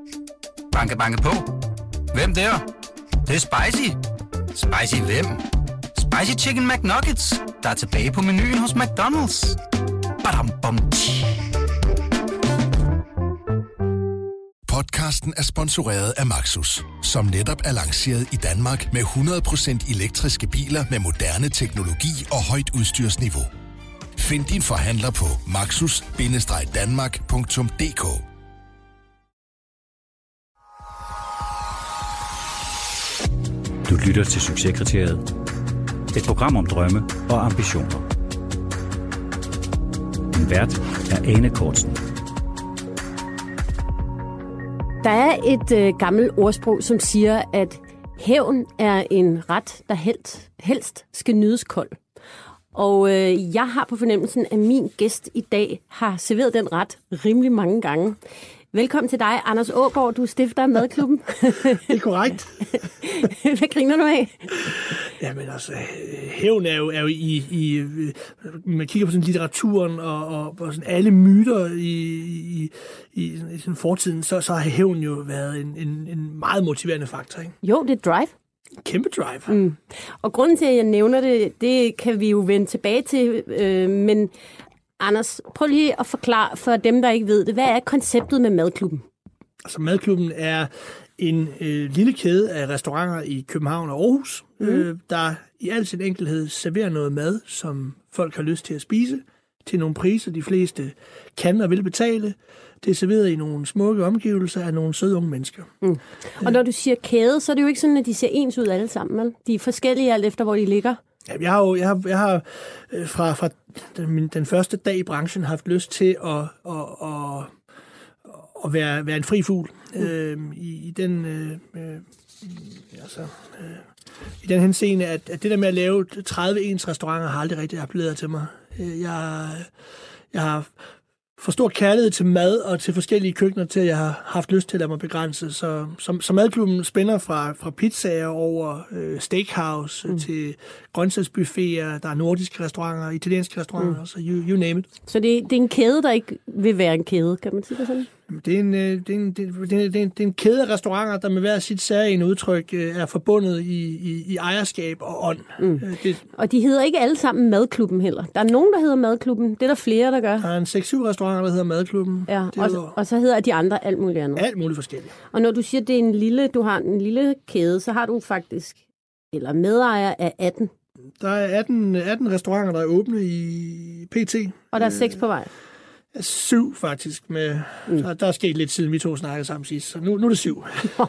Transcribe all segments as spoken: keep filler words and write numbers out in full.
Banke, banke på. Hvem der? Det, det er spicy. Spicy hvem? Spicy Chicken McNuggets, der er tilbage på menuen hos McDonald's. Badum, bom, Podcasten er sponsoreret af Maxus, som netop er lanceret i Danmark med hundrede procent elektriske biler med moderne teknologi og højt udstyrsniveau. Find din forhandler på maxus bindestreg danmark punktum d k. Du lytter til Succeskriteriet. Et program om drømme og ambitioner. Din vært er Ane Cortzen. Der er et øh, gammelt ordsprog, som siger, at hævn er en ret, der helst, helst skal nydes kold. Og øh, jeg har på fornemmelsen, at min gæst i dag har serveret den ret rimelig mange gange. Velkommen til dig, Anders Aagaard. Du er stifter af Madklubben. Det er korrekt. Hvad griner du af? Jamen altså, hævn er jo, er jo i, i... Man kigger på sådan litteraturen og, og, og sådan alle myter i, i, i, i sådan fortiden, så, så har hævn jo været en, en, en meget motiverende faktor, ikke? Jo, det er drive. Kæmpe drive. Mm. Og grunden til, at jeg nævner det, det kan vi jo vende tilbage til, øh, men Anders, prøv lige at forklare for dem, der ikke ved det. Hvad er konceptet med Madklubben? Altså, Madklubben er en øh, lille kæde af restauranter i København og Aarhus, mm. øh, der i al sin enkelhed serverer noget mad, som folk har lyst til at spise, til nogle priser, de fleste kan og vil betale. Det er serveret i nogle smukke omgivelser af nogle søde unge mennesker. Mm. Og når du siger kæde, så er det jo ikke sådan, at de ser ens ud alle sammen, vel? De er forskellige alt efter, hvor de ligger. Ja, jeg har jo jeg har, jeg har øh, fra, fra den, den første dag i branchen haft lyst til at, at, at, at være, være en fri fugl. Mm. Øh, i, i, den, øh, øh, altså, øh, i den henseende, at, at det der med at lave tredive ens restauranter har aldrig rigtig appelleret til mig. Jeg, jeg har for stor kærlighed til mad og til forskellige køkkener, til at jeg har haft lyst til at lade mig begrænse. Så, så, så Madklubben spænder fra, fra pizzaer over øh, steakhouse mm. til grøntsagsbuffeter, der er nordiske restauranter, italienske restauranter, mm. så you, you name it. Så det, det er en kæde, der ikke vil være en kæde, kan man sige det sådan? Det er en, det er en, det er en, det er en, det er en kæde af restauranter, der med hver sit særlige udtryk er forbundet i, i, i ejerskab og ånd. Mm. Det, og de hedder ikke alle sammen Madklubben heller. Der er nogen, der hedder Madklubben. Det er der flere, der gør. Der er en seks syv restauranter, der hedder Madklubben. Ja, og, og så hedder de andre alt muligt andet. Alt muligt forskelligt. Og når du siger, at det er en lille, du har en lille kæde, så har du faktisk, eller medejer af atten. Der er atten, atten restauranter, der er åbne i P T. Og der er seks på vej. Syv faktisk. Med, mm. der, der er sket lidt siden vi to snakkede sammen sidst, så nu, nu er det syv.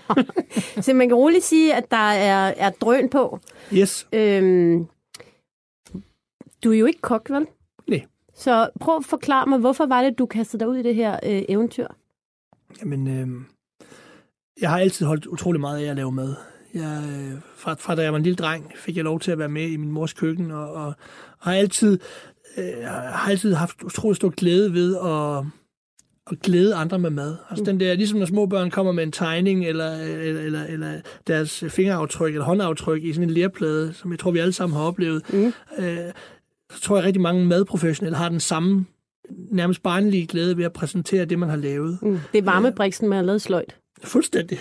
Så man kan roligt sige, at der er, er drøn på. Yes. Øhm, du er jo ikke kok, vel? Nej. Så prøv at forklare mig, hvorfor var det, du kastede dig ud i det her øh, eventyr? Jamen, øh, jeg har altid holdt utrolig meget af at lave mad. Jeg, fra, fra da jeg var en lille dreng, fik jeg lov til at være med i min mors køkken, og, og, og har altid... Jeg har altid haft utrolig stor glæde ved at, at glæde andre med mad. Altså mm. den der, ligesom når små børn kommer med en tegning, eller, eller, eller, eller deres fingeraftryk, eller håndaftryk i sådan en lerplade, som jeg tror, vi alle sammen har oplevet, mm. øh, så tror jeg, at rigtig mange madprofessionelle har den samme, nærmest barnlige glæde ved at præsentere det, man har lavet. Mm. Det er varmebriksen, man har lavet sløjt. Fuldstændig.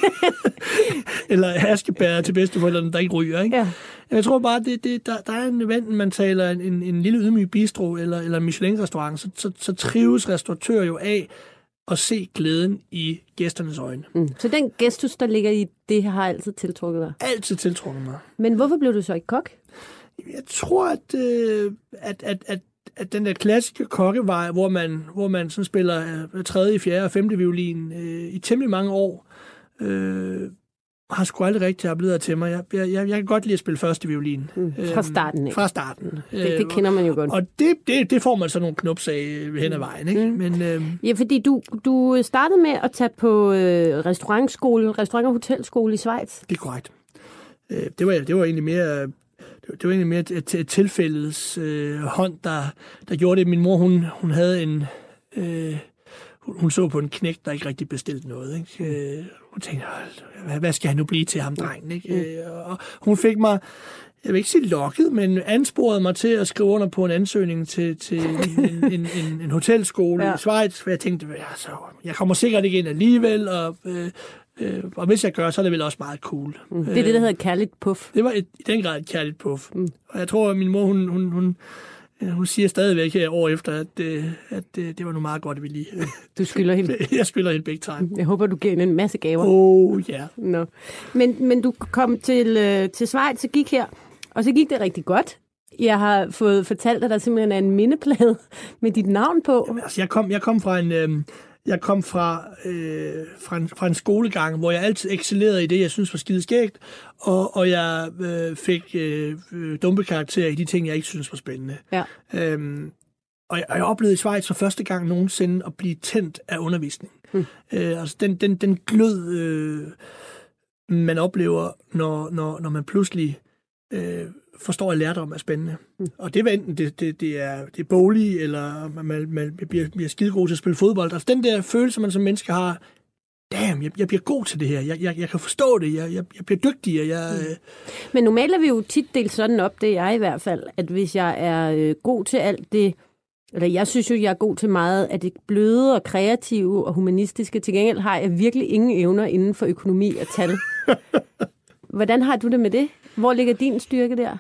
Eller askebær til bedsteforældrene, der ikke ryger, ikke? Ja. Jeg tror bare, det, det, der, der er en event, man taler en, en, en lille ydmyg bistro eller, eller en Michelin-restaurant, så, så, så trives restauratør jo af at se glæden i gæsternes øjne. Mm. Så den gestus, der ligger i det, har altid tiltrukket dig? Altid tiltrukket mig. Men hvorfor blev du så ikke kok? Jeg tror, at, øh, at, at, at at den der klassiske kokkevej, hvor man, hvor man sådan spiller øh, tredje, fjerde og femte violin øh, i temmelig mange år, øh, har sgu aldrig rigtig appelleret til mig. Jeg, jeg, jeg kan godt lide at spille første violin. Mm, fra starten, ikke? Fra starten. Det, det kender man jo godt. Og det, det, det får man så nogle knups af hen ad vejen, ikke? Mm. Men, øh, ja, fordi du, du startede med at tage på øh, restaurantskole, restaurant- og hotelskole i Schweiz. Det er korrekt. Øh, det, var, det var egentlig mere... Det var egentlig mere et, et tilfældets øh, hånd, der, der gjorde det. Min mor, hun, hun havde en... Øh, hun så på en knægt, der ikke rigtig bestilte noget. Ikke? Øh, hun tænkte, hvad, hvad skal han nu blive til ham, drengen? Ikke? Mm. Øh, og hun fik mig jeg vil ikke sige lokket, men ansporede mig til at skrive under på en ansøgning til, til en, en, en, en, en hotelskole ja. i Schweiz, for jeg tænkte, altså, jeg kommer sikkert ikke ind alligevel, og, øh, øh, og hvis jeg gør, så er det vel også meget cool. Mm. Det er det, der hedder kærligt puff. Det var et, i den grad et kærligt puff. Mm. Og jeg tror, at min mor, hun, hun, hun, hun siger stadigvæk her år efter, at, at det var nu meget godt, at vi lige... Du skylder hende. Jeg skylder hende big time. Jeg håber, du giver hende en masse gaver. Oh, ja. Yeah. No. Men, men du kom til, til Schweiz og gik her, og så gik det rigtig godt. Jeg har fået fortalt, at der simpelthen er en mindeplade med dit navn på. Jamen, altså, jeg, kom, jeg kom fra en... Øh, Jeg kom fra, øh, fra, en, fra en skolegang, hvor jeg altid excellerede i det, jeg synes var skideskægt, og, og jeg øh, fik øh, dumpekarakterer i de ting, jeg ikke synes var spændende. Ja. Øhm, og, jeg, og jeg oplevede i Schweiz for første gang nogensinde at blive tændt af undervisning. Hmm. Øh, altså den, den, den glød, øh, man oplever, når, når, når man pludselig... Øh, forstår, at lærdom er spændende. Mm. Og det er enten det, det, det er, det er boglig, eller man, man, man bliver, bliver skidegod til at spille fodbold. Altså den der følelse, man som menneske har, damn, jeg, jeg bliver god til det her. Jeg, jeg, jeg kan forstå det. Jeg, jeg, jeg bliver dygtigere. Jeg, mm. øh... Men normalt er vi jo tit delt sådan op, det er jeg i hvert fald, at hvis jeg er øh, god til alt det, eller jeg synes jo, jeg er god til meget af det bløde og kreative og humanistiske. Til gengæld har jeg virkelig ingen evner inden for økonomi og tal. Hvordan har du det med det? Hvor ligger din styrke der?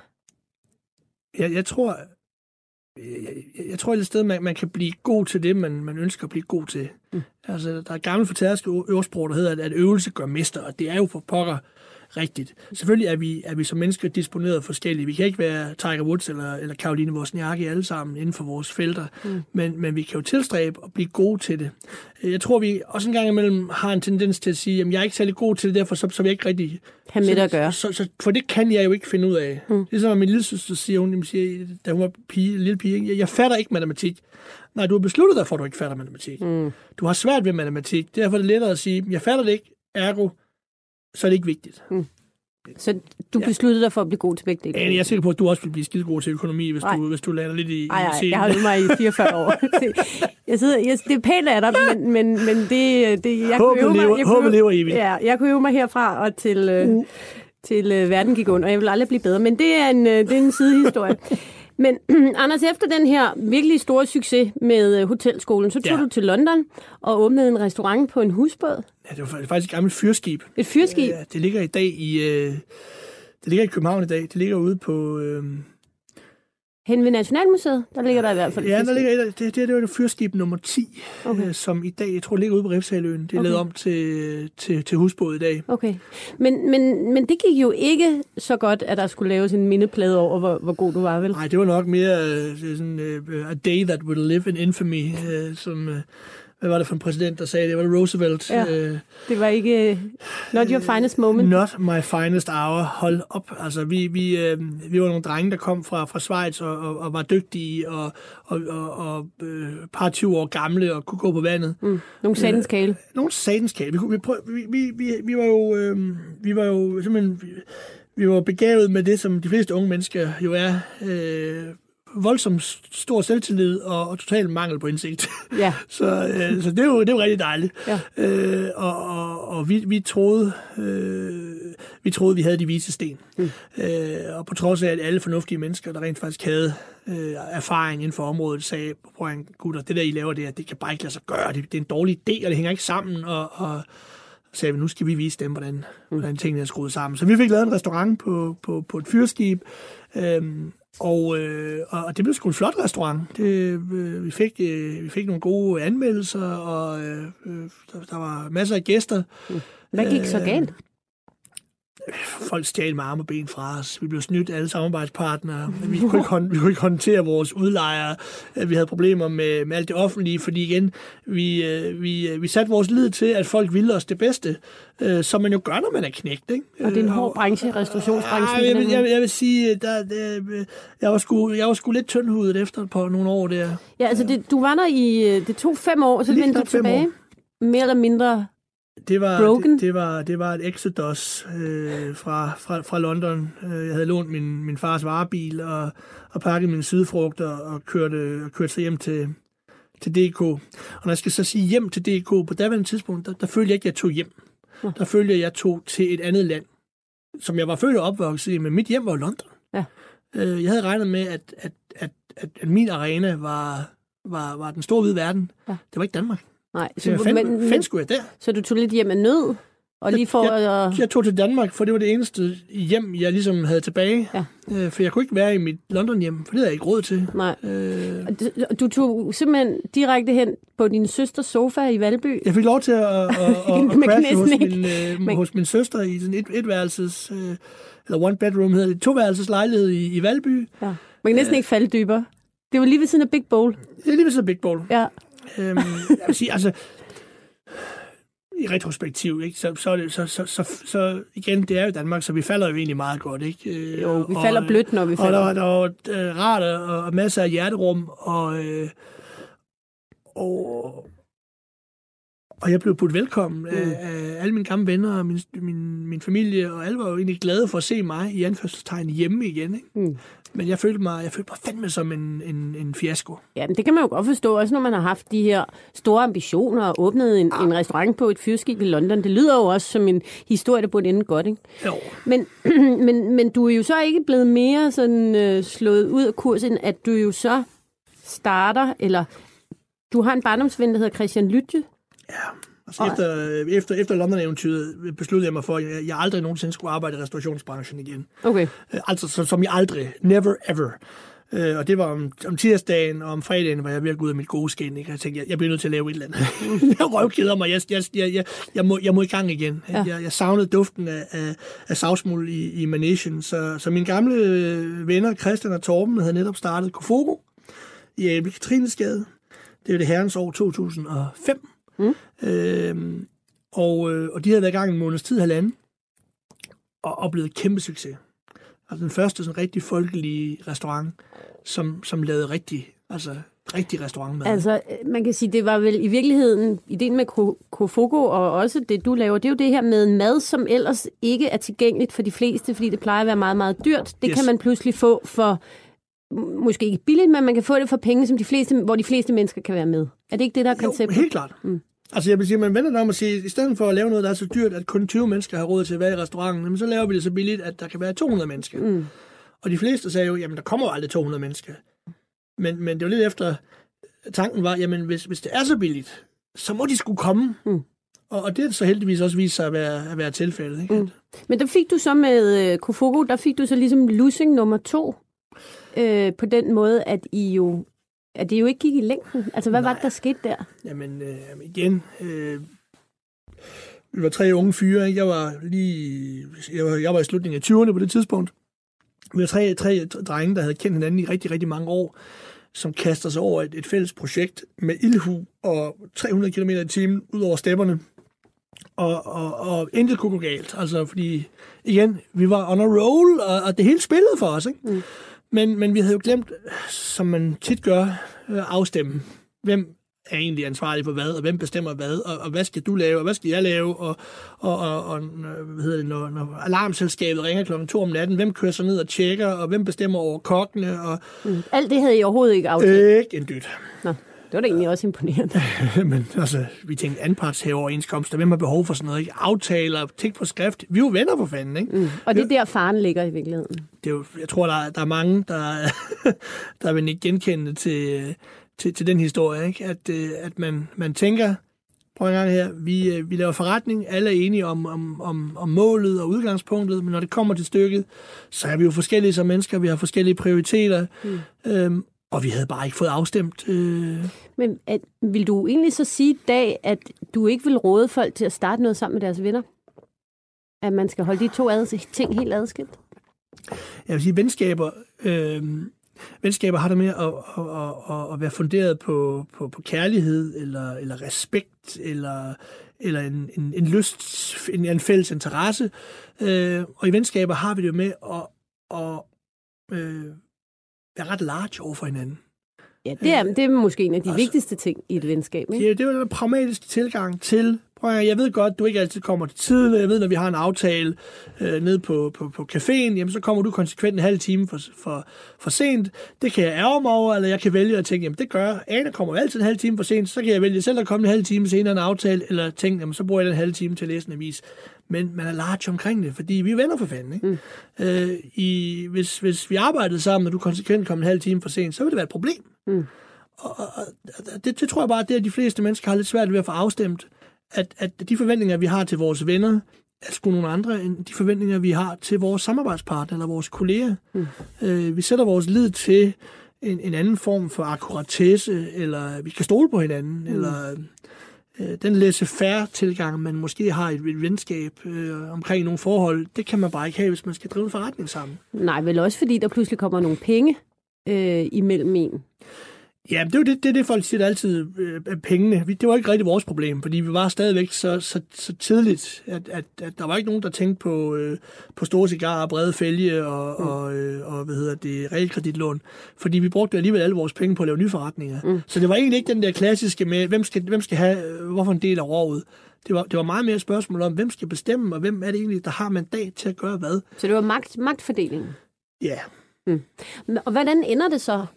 Jeg, jeg tror, jeg, jeg, jeg tror et sted, man, man kan blive god til det, man, man ønsker at blive god til. Mm. Altså, der er et gammelt fortærske ordsprog, der hedder, at øvelse gør mester, og det er jo for pokker rigtigt. Selvfølgelig er vi, er vi som mennesker disponeret forskellige. Vi kan ikke være Tiger Woods eller, eller Caroline Wozniacki alle sammen inden for vores felter, mm. men, men vi kan jo tilstræbe og blive gode til det. Jeg tror, vi også en gang imellem har en tendens til at sige, at jeg er ikke særlig god til det, derfor så, så vil jeg ikke rigtig... Have med det at gøre. Så, så, så, for det kan jeg jo ikke finde ud af. Mm. Det er som min lille søster siger, hun siger, da hun var pige, lille pige, jeg, jeg fatter ikke matematik. Nej, du har besluttet dig for, at du ikke fatter matematik. Mm. Du har svært ved matematik. Derfor er det lettere at sige, jeg fatter det ikke, ergo, så er det ikke vigtigt. Mm. Så du besluttede dig for at blive god til begge dele? Jeg er sikker på, at du også vil blive skide god til økonomi, hvis du, hvis du lander lidt i... Nej, nej, jeg har øvet mig i fireogfyrre år. Jeg sidder, jeg, det er pænt af dig, men, men, men det... det jeg håbet kunne lever, jeg kunne, lever evigt. Ja, jeg kunne øve mig herfra og til, uh. til uh, verden gik under, og jeg vil aldrig blive bedre. Men det er en, det er en sidehistorie. Men Anders, efter den her virkelig store succes med uh, hotelskolen, så tog ja. du til London og åbnede en restaurant på en husbåd. Ja, det var faktisk et gammelt fyrskib. Et fyrskib? Ja, det ligger i dag i, øh, det ligger i København i dag. Det ligger ude på... Øh... Hen ved Nationalmuseet? Der ligger der i hvert fald. Ja, der ligger det, det, det er jo fyrskib nummer ti, okay. øh, som i dag, jeg tror, ligger ude på Refshaleøen. Det er okay. lavet om til, til, til husbåd i dag. Okay. Men, men, men det gik jo ikke så godt, at der skulle laves en mindeplade over, hvor, hvor god du var, vel? Nej, det var nok mere uh, sådan, uh, a day that will live in infamy, uh, som... Uh, hvad var det for en præsident, der sagde det? Var det Roosevelt? Ja, øh, det var ikke... Not your finest moment. Not my finest hour. Hold op. Altså, vi, vi, øh, vi var nogle drenge, der kom fra, fra Schweiz og, og, og var dygtige og, og, og, og øh, par tyve år gamle og kunne gå på vandet. Mm. Nogle satans kæle. Øh, nogle satans kæle. Vi, vi, vi, vi, vi, vi var jo... Øh, vi var jo simpelthen... Vi, vi var begavet med det, som de fleste unge mennesker jo er... Øh, voldsomt stor selvtillid og, og total mangel på indsigt. Ja. så øh, så det, er jo, det er jo rigtig dejligt. Ja. Øh, og og, og vi, vi, troede, øh, vi troede, vi havde de vise sten. Mm. Øh, og på trods af, at alle fornuftige mennesker, der rent faktisk havde øh, erfaring inden for området, sagde, prøv at gutter, det der, I laver det, det kan bare ikke lade sig gøre. Det, det er en dårlig idé, og det hænger ikke sammen. Og, og så sagde vi, nu skal vi vise dem, hvordan, mm. hvordan tingene er skruet sammen. Så vi fik lavet en restaurant på, på, på et fyrskib, øh, Og, øh, og det blev sgu en flot restaurant. Det, øh, vi, fik, øh, vi fik nogle gode anmeldelser, og øh, der, der var masser af gæster. Hvad gik så galt? Folk stjal med arme og ben fra os. Vi blev snydt alle samarbejdspartnere. Vi kunne ikke, hånd, vi kunne ikke håndtere vores udlejere. Vi havde problemer med, med alt det offentlige, fordi igen, vi, vi, vi satte vores lid til, at folk ville os det bedste, som man jo gør, når man er knægt. Ikke? Og det er en hård branche, restaurationsbranchen. Jeg, jeg, jeg, jeg vil sige, der, der, jeg, var sgu, jeg var sgu lidt tyndhudet efter på nogle år der. Ja, altså det, du var der i, det tog fem år, så vendte du tilbage. Mere eller mindre... Det var, det, det, var, det var et exodus øh, fra, fra, fra London. Jeg havde lånt min, min fars varebil og, og pakket mine sydfrugter og kørte, og kørte så hjem til, til D K. Og når jeg skal så sige hjem til D K, på daværende tidspunkt, der, der følte jeg ikke, at jeg tog hjem. Der følte jeg, at jeg tog til et andet land, som jeg var født og opvokset i, men mit hjem var London. Ja. Øh, jeg havde regnet med, at, at, at, at, at min arena var, var, var den store hvide verden. Ja. Det var ikke Danmark. Nej. Så hvad fanden, fanden skulle jeg der? Så du tog lidt hjem af nød? Og lige for, jeg, jeg, uh... jeg tog til Danmark, for det var det eneste hjem, jeg ligesom havde tilbage. Ja. Øh, for jeg kunne ikke være i mit London-hjem, for det havde jeg ikke råd til. Nej. Øh... Du, du tog simpelthen direkte hen på din søsters sofa i Valby? Jeg fik lov til at, at, at, at crashe hos min, øh, Men... hos min søster i sådan et etværelses, øh, eller one bedroom hedder det, toværelses lejlighed i, i Valby. Ja. Man kan næsten øh... ikke falde dybere. Det var lige ved siden af Big Bowl. Det er lige ved siden af Big Bowl. Ja. Øhm, jeg vil sige, altså... I retrospektiv, ikke? Så, så, det, så, så, så, så igen, det er jo Danmark, så vi falder jo egentlig meget godt, ikke? Jo, vi falder og, blødt, når vi falder. Og der, der var uh, rart og, og masser af hjerterum, og, øh, og, og jeg blev budt velkommen mm. af, af alle mine gamle venner og min, min, min familie, og alle var jo egentlig glade for at se mig i anførselstegn hjemme igen, ikke? Mm. Men jeg følte mig, jeg følte mig fandme som en, en, en fiasko. Ja, men det kan man jo godt forstå, også når man har haft de her store ambitioner og åbnet en, ah. en restaurant på et fyrskib i London. Det lyder jo også som en historie, der burde ende godt, ikke? Jo. Men, men, men du er jo så ikke blevet mere sådan øh, slået ud af kursen, at du jo så starter, eller du har en barndomsven, der hedder Christian Lytje. Ja. Altså efter, efter, efter London-eventyret besluttede jeg mig for, at jeg, jeg aldrig nogensinde skulle arbejde i restaurationsbranchen igen. Okay. Altså så, som jeg aldrig. Never ever. Uh, og det var om, om tirsdagen og om fredagen, var jeg ved at gå ud af mit gode skin. Ikke? Jeg tænkte, jeg, jeg bliver nødt til at lave et eller andet. Jeg røvkeder mig. Jeg, jeg, jeg, jeg, jeg, må, jeg må i gang igen. Ja. Jeg, jeg savnede duften af, af, af savsmuld i, i Managen. Så, så mine gamle venner, Christian og Torben, havde netop startet Kofogo i Katrinesgade. Det er det herrens år to tusind og fem. Mm. Øhm, og, øh, og de havde været i gang en måneds tid, halvanden, og oplevet kæmpe succes. Altså den første sådan rigtig folkelige restaurant, som, som lavede rigtig, altså rigtig restaurantmad. Altså man kan sige, det var vel i virkeligheden ideen med Kofogo, og også det du laver, det er jo det her med mad, som ellers ikke er tilgængeligt for de fleste, fordi det plejer at være meget, meget dyrt. Det yes. kan man pludselig få for, måske ikke billigt, men man kan få det for penge, som de fleste, hvor de fleste mennesker kan være med. Er det ikke det, der er konceptet? Jo, helt klart. Mm. Altså jeg vil sige, man vender det om at sige, i stedet for at lave noget, der er så dyrt, at kun tyve mennesker har råd til at være i restauranten, så laver vi det så billigt, at der kan være to hundrede mennesker. Mm. Og de fleste sagde jo, jamen der kommer jo aldrig to hundrede mennesker. Men, men det var lidt efter, tanken var, jamen hvis, hvis det er så billigt, så må de skulle komme. Mm. Og, og det er så heldigvis også vist sig at være, at være tilfældet. Ikke? Mm. Men der fik du så med uh, Kofogo, der fik du så ligesom losing nummer to, øh, på den måde, at I jo at det jo ikke gik i længden. Altså, hvad Nej. var det, der skete der? Jamen, øh, igen, øh, vi var tre unge fyre, ikke? Jeg var lige, jeg var, jeg var i slutningen af tyverne på det tidspunkt. Vi var tre, tre drenge, der havde kendt hinanden i rigtig, rigtig mange år, som kaster sig over et, et fælles projekt med ildhu og tre hundrede kilometer i timen ud over stepperne. Og, og, og intet kunne gå galt. Altså, fordi, igen, vi var on a roll, og, og det hele spillede for os, ikke? Mm. Men, men vi havde jo glemt, som man tit gør, afstemme. Hvem er egentlig ansvarlig for hvad, og hvem bestemmer hvad, og, og hvad skal du lave, og hvad skal jeg lave, og, og, og, og hvad hedder det, når, når alarmselskabet ringer klokken to om natten, hvem kører så ned og tjekker, og hvem bestemmer over kokkene. Og mm. Alt det havde I overhovedet ikke aftalt? Ikke en dyt. Nå. Det var da egentlig også imponerende. Men altså, vi tænkte anpartshaveoverenskomster. Hvem har behov for sådan noget? Ikke? Aftaler, ting på skrift. Vi er jo venner for fanden, ikke? Mm. Og det er der faren ligger i virkeligheden. Det er jo, jeg tror, der er, der er mange, der, der vil ikke genkende til, til, til den historie, ikke? At, at man, man tænker, prøv en gang her, vi, vi laver forretning, alle er enige om, om, om, om målet og udgangspunktet, men når det kommer til stykket, så er vi jo forskellige som mennesker, vi har forskellige prioriteter, mm. øhm, og vi havde bare ikke fået afstemt. Øh... Men at, vil du egentlig så sige i dag, at du ikke vil råde folk til at starte noget sammen med deres venner? At man skal holde de to ad- ting helt adskilt? Jeg vil sige, venskaber, øh, venskaber har det med at, at, at, at være funderet på, på, på kærlighed, eller, eller respekt, eller, eller en, en, en lyst, en, en fælles interesse. Øh, og i venskaber har vi det med at, at øh, være ret large over for hinanden. Ja, det er, det er måske en af de altså, vigtigste ting i et venskab, ikke? Ja, det er jo en pragmatisk tilgang til, prøv at, jeg ved godt, du ikke altid kommer til tiden, og jeg ved, når vi har en aftale øh, nede på, på, på caféen, jamen så kommer du konsekvent en halv time for, for, for sent. Det kan jeg ærge mig over, eller jeg kan vælge at tænke, jamen det gør Ane kommer altid en halv time for sent, så kan jeg vælge selv at komme en halv time senere en aftale, eller tænke, jamen så bruger jeg den halv time til at læse en avis. Men man er large omkring det, fordi vi er venner for fanden, ikke? Mm. Øh, i, hvis, hvis vi arbejdede sammen, og du konsekvent kom en halv time for sent, så ville det være et problem. Mm. Og, og, og det, det tror jeg bare, at det er, at de fleste mennesker har lidt svært ved at få afstemt, at, at de forventninger, vi har til vores venner, er sgu nogle andre end de forventninger, vi har til vores samarbejdspartnere eller vores kolleger. Mm. Øh, vi sætter vores lid til en, en anden form for akkuratesse, eller vi kan stole på hinanden, mm. eller øh, den laissez-faire tilgang, man måske har i et, et venskab øh, omkring nogle forhold, det kan man bare ikke have, hvis man skal drive en forretning sammen. Nej, vel også fordi der pludselig kommer nogle penge øh, imellem en. Ja, det er det, det, det folk siger altid, øh, pengene. Det var ikke rigtig vores problem, fordi vi var stadigvæk så, så, så tidligt, at, at, at der var ikke nogen, der tænkte på, øh, på store cigarer, brede fælge og, mm. og, øh, og hvad hedder det, realkreditlån. Fordi vi brugte alligevel alle vores penge på at lave nye forretninger. Mm. Så det var egentlig ikke den der klassiske med, hvem skal, hvem skal have, øh, hvorfor en del af rådet. Det var, det var meget mere et spørgsmål om, hvem skal bestemme, og hvem er det egentlig, der har mandat til at gøre hvad. Så det var magt, magtfordelingen? Ja. Mm. Og hvordan ender det så?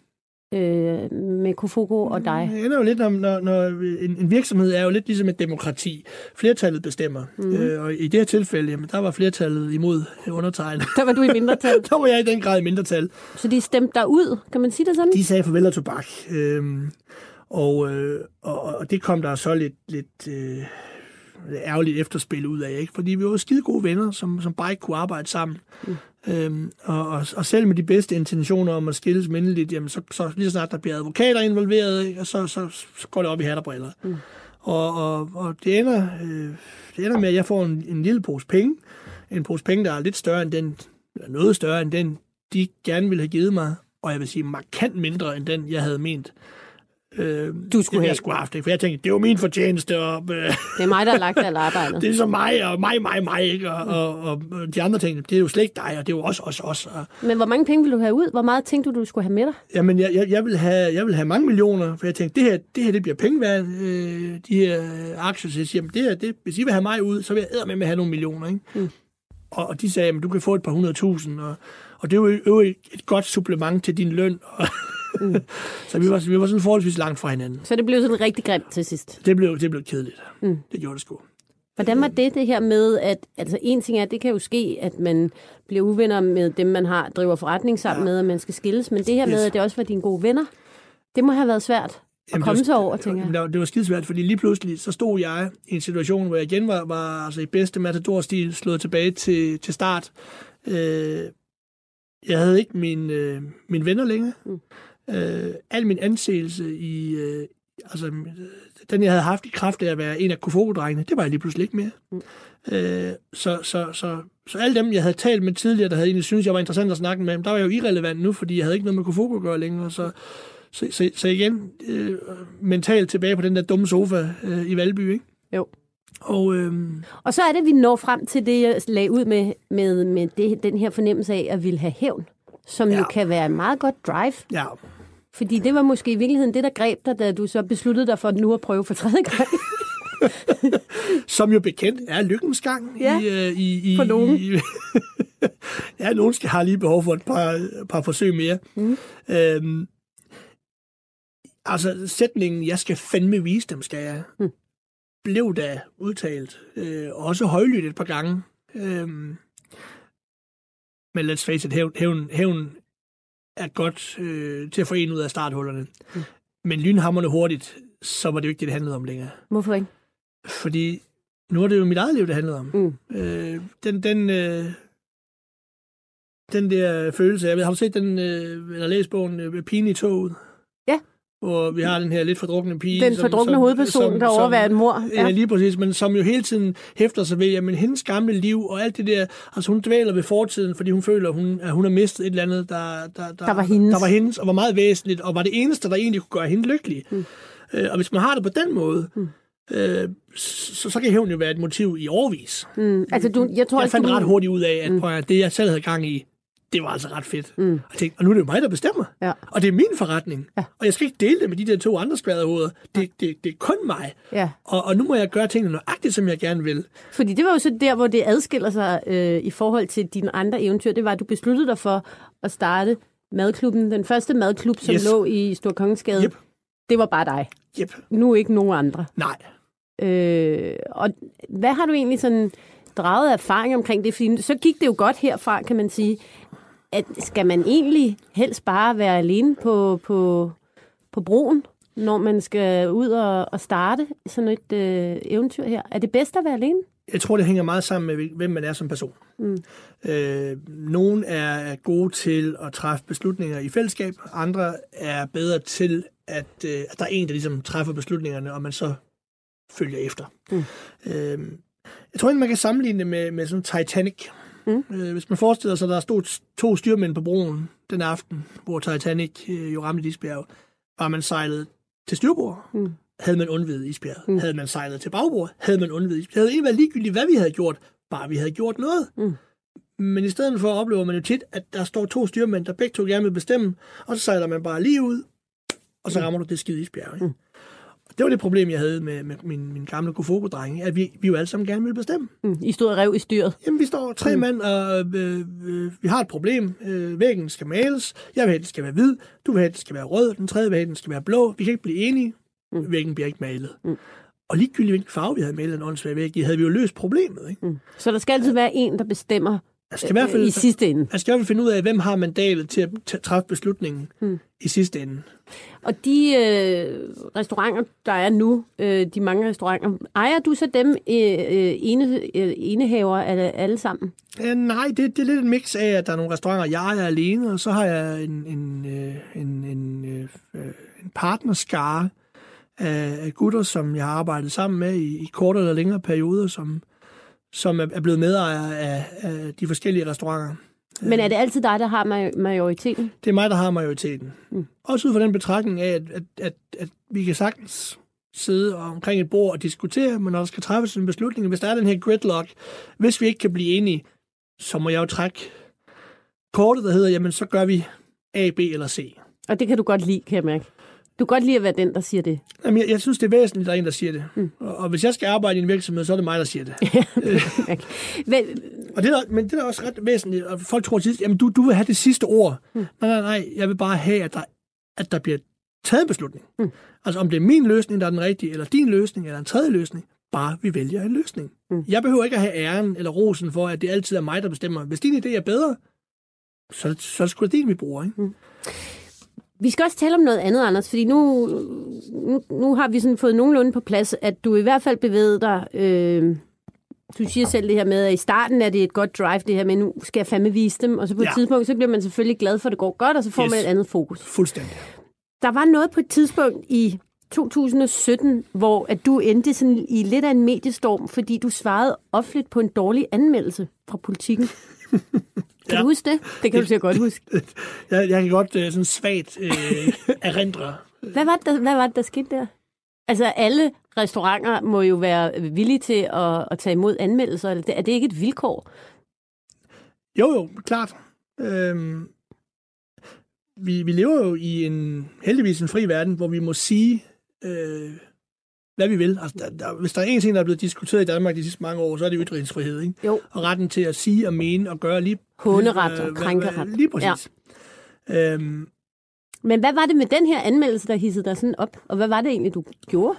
Øh, med Kofogo og dig? Det ender jo lidt, når, når, når en, en virksomhed er jo lidt ligesom et demokrati. Flertallet bestemmer. Mm-hmm. Øh, og i det her tilfælde, jamen, der var flertallet imod undertegnet. Der var du i mindretal? Der var jeg i den grad i mindretal. Så de stemte dig ud, kan man sige det sådan? De sagde farvel og tobak. Øhm, og, øh, og, og det kom der så lidt, lidt øh, ærgerligt efterspil ud af, ikke? Fordi vi var skide gode venner, som, som bare ikke kunne arbejde sammen. Mm. Øhm, og, og, og selv med de bedste intentioner om at skilles mindeligt, jamen så, så lige så snart der bliver advokater involveret, ikke? Og så, så, så går det op i hat og briller. Mm. Og, og, og det, ender, øh, det ender med, at jeg får en, en lille pose penge. En pose penge, der er lidt større end den, eller noget større end den, de gerne ville have givet mig. Og jeg vil sige markant mindre end den, jeg havde ment. Øh, du skulle jeg, have. Jeg skulle have haft det, for jeg tænkte, det var min fortjeneste. Og, øh, det er mig, der har lagt alt arbejdet. Det er så mig, og mig, mig, mig, ikke? Og, mm. og, og, og de andre ting, det er jo slet ikke dig, og det er jo også os, os. Og... Men hvor mange penge ville du have ud? Hvor meget tænkte du, du skulle have med dig? Jamen, jeg, jeg, jeg, vil, have, jeg vil have mange millioner, for jeg tænkte, det her, det her det bliver penge værd, øh, de her aktier. Så jeg siger, det her, det, hvis I vil have mig ud, så vil jeg eddermame med at have nogle millioner, ikke? Mm. Og, og de sagde, at du kan få et par hundrede tusind, og, og det er jo, jo et godt supplement til din løn, og mm. så vi var, vi var sådan forholdsvis langt fra hinanden. Så det blev sådan rigtig grimt til sidst? Det blev, det blev kedeligt. Mm. Det gjorde det sgu. Hvordan var det, det her med, at altså en ting er, at det kan jo ske, at man bliver uvenner med dem, man har driver forretning sammen ja. med, at man skal skilles, men det her yes. med, at det også var dine gode venner, det må have været svært at Jamen, komme sig over, tænker jeg. Det var, det var skidesvært, fordi lige pludselig, så stod jeg i en situation, hvor jeg igen var, var altså, i bedste matador-stil slået tilbage til, til start. Øh, jeg havde ikke mine, øh, mine venner længere. Mm. Øh, al min anseelse i, øh, altså den jeg havde haft i kraft af at være en af Kofogo-drengene, det var jeg lige pludselig ikke mere. Mm. Øh, så, så, så, så alle dem, jeg havde talt med tidligere, der havde egentlig syntes, jeg var interessant at snakke med, der var jeg jo irrelevant nu, fordi jeg havde ikke noget med Kofogo at gøre længere. Så, så, så, så igen, øh, mentalt tilbage på den der dumme sofa øh, i Valby, ikke? Jo. Og, øhm, og så er det, vi når frem til det, jeg lagde ud med, med, med det, den her fornemmelse af at ville have hævn, som ja. jo kan være en meget godt drive. Ja. Fordi det var måske i virkeligheden det, der greb dig, da du så besluttede dig for nu at prøve for tredje gang. Som jo bekendt er lykkens gang. Ja, i, i, i, for nogen. I, ja, nogen skal have lige behov for et par, par forsøg mere. Mm. Øhm, altså, sætningen, jeg skal fandme vise dem, skal jeg, mm. blev da udtalt. Øh, også højlydt et par gange. Øhm, men let's face it, hævn, hævn, hævn er godt øh, til at få en ud af starthullerne. Mm. Men lynhamrende hurtigt, så var det jo ikke det, det handlede om længere. Hvorfor ikke? Fordi nu er det jo mit eget liv, det handlede om. Mm. Øh, den, den, øh, den der følelse, jeg ved, har du set den, øh, eller læst bogen øh, Pigen i toget? Ja. Hvor vi har den her lidt fordrukne pige. Den fordrukne som, hovedperson, som, der overværer en mor. Ja. ja, lige præcis, men som jo hele tiden hæfter sig ved, jamen hendes gamle liv og alt det der, altså hun dvæler ved fortiden, fordi hun føler, hun, at hun har mistet et eller andet, der, der, der, der, var hendes. der var hendes, og var meget væsentligt, og var det eneste, der egentlig kunne gøre hende lykkelig. Mm. Øh, og hvis man har det på den måde, mm. øh, så, så kan hævn jo være et motiv i årevis. Mm. Altså, du, jeg, tror, jeg fandt du... ret hurtigt ud af, at, mm. at det, jeg selv havde gang i, det var altså ret fedt. Mm. Og jeg tænkte, og nu er det jo mig, der bestemmer. Ja. Og det er min forretning. Ja. Og jeg skal ikke dele det med de der to andre skvaderhoveder. Det, det, det er kun mig. Ja. Og, og nu må jeg gøre tingene nøjagtigt, som jeg gerne vil. Fordi det var jo så der, hvor det adskiller sig øh, i forhold til dine andre eventyr. Det var, at du besluttede dig for at starte madklubben. Den første madklub, som yes. lå i Storkongensgade. Yep. Det var bare dig. Yep. Nu ikke nogen andre. Nej. Øh, og hvad har du egentlig sådan draget erfaring omkring det? Fordi så gik det jo godt herfra, kan man sige. At skal man egentlig helst bare være alene på, på, på broen, når man skal ud og, og starte sådan et øh, eventyr her? Er det bedst at være alene? Jeg tror, det hænger meget sammen med, hvem man er som person. Mm. Øh, nogle er gode til at træffe beslutninger i fællesskab. Andre er bedre til, at, øh, at der er en, der ligesom træffer beslutningerne, og man så følger efter. Mm. Øh, jeg tror ikke, man kan sammenligne det med, med sådan Titanic. Mm. Øh, hvis man forestiller sig, at der stod to styrmænd på broen den aften, hvor Titanic øh, jo ramte isbjerget, var man sejlet til styrbord, mm. havde man undvidet isbjerget. Mm. Havde man sejlet til bagbord, havde man undvidet isbjerget. Det havde egentlig været ligegyldigt, hvad vi havde gjort, bare vi havde gjort noget. Mm. Men i stedet for oplever man jo tit, at der står to styrmænd, der begge to gerne vil bestemme, og så sejler man bare lige ud, og så rammer du det skide isbjerg. Ikke? Mm. Det var det problem, jeg havde med, med min, min gamle Kofoko-drenge, at vi, vi jo alle sammen gerne ville bestemme. Mm, I stod og rev i styret. Jamen, vi står tre mm. mand, og øh, øh, vi har et problem. Øh, væggen skal males. Jeg vil have, at den skal være hvid. Du vil have, at den skal være rød. Den tredje vil have, at den skal være blå. Vi kan ikke blive enige. Mm. Væggen bliver ikke malet. Mm. Og ligegyldigt, hvilken farve vi havde malet den åndssvage væg, havde vi jo løst problemet. Ikke? Mm. Så der skal altid være en, der bestemmer skal i, hvert fald, i sidste ende. Jeg skal i hvert fald finde ud af, hvem har mandatet til at træffe beslutningen mm. i sidste ende. Og de øh, restauranter, der er nu, øh, de mange restauranter, ejer du så dem øh, ene, øh, enehaver af alle sammen? Ja, nej, det, det er lidt en mix af, at der er nogle restauranter, jeg ejer alene, og så har jeg en, en, øh, en, en, øh, en partnerskare af, af gutter, som jeg har arbejdet sammen med i, i kortere eller længere perioder, som, som er blevet medejer af, af de forskellige restauranter. Men er det altid dig, der har majoriteten? Det er mig, der har majoriteten. Mm. Også ud fra den betragtning af, at, at, at, at vi kan sagtens sidde omkring et bord og diskutere, men når der skal træffes en beslutning, hvis der er den her gridlock, hvis vi ikke kan blive enige, så må jeg jo trække kortet, der hedder, jamen så gør vi A, B eller C. Og det kan du godt lide, kan jeg mærke. Du kan godt lide at være den, der siger det. Jamen, jeg, jeg synes, det er væsentligt, at der er en, der siger det. Mm. Og, og hvis jeg skal arbejde i en virksomhed, så er det mig, der siger det. Okay. Men, og det er, men det er også ret væsentligt, og folk tror til jamen du, du vil have det sidste ord. Mm. Nej, nej, nej, jeg vil bare have, at der, at der bliver taget en beslutning. Mm. Altså om det er min løsning, der er den rigtige, eller din løsning, eller en tredje løsning, bare vi vælger en løsning. Mm. Jeg behøver ikke at have æren eller rosen for, at det altid er mig, der bestemmer. Hvis din idé er bedre, så, så er det sgu da din, vi bruger, ikke? Mm. Vi skal også tale om noget andet, Anders, fordi nu, nu, nu har vi sådan fået nogenlunde på plads, at du i hvert fald bevæger dig. Øh, du siger selv det her med, at i starten er det et godt drive, det her med, nu skal jeg fandme vise dem, og så på et ja. tidspunkt, så bliver man selvfølgelig glad for, at det går godt, og så får yes. man et andet fokus. Fuldstændig. Der var noget på et tidspunkt i to tusind og sytten, hvor at du endte sådan i lidt af en mediestorm, fordi du svarede offentligt på en dårlig anmeldelse fra Politikken. Kan ja. du huske det? Det kan du sikkert godt huske. jeg, jeg kan godt uh, sådan svagt uh, erindre. Hvad var, det, der, hvad var det, der skete der? Altså, alle restauranter må jo være villige til at, at tage imod anmeldelser. Er det ikke et vilkår? Jo, jo, klart. Øhm, vi, vi lever jo i en heldigvis en fri verden, hvor vi må sige, øh, hvad vi vil. Altså, der, der, hvis der er en ting, der er blevet diskuteret i Danmark de sidste mange år, så er det ytringsfrihed, ikke? Jo. Og retten til at sige og mene og gøre lige... Håneret og krænkeret. Lige præcis. Ja. Øhm, Men hvad var det med den her anmeldelse, der hissede dig sådan op? Og hvad var det egentlig, du gjorde?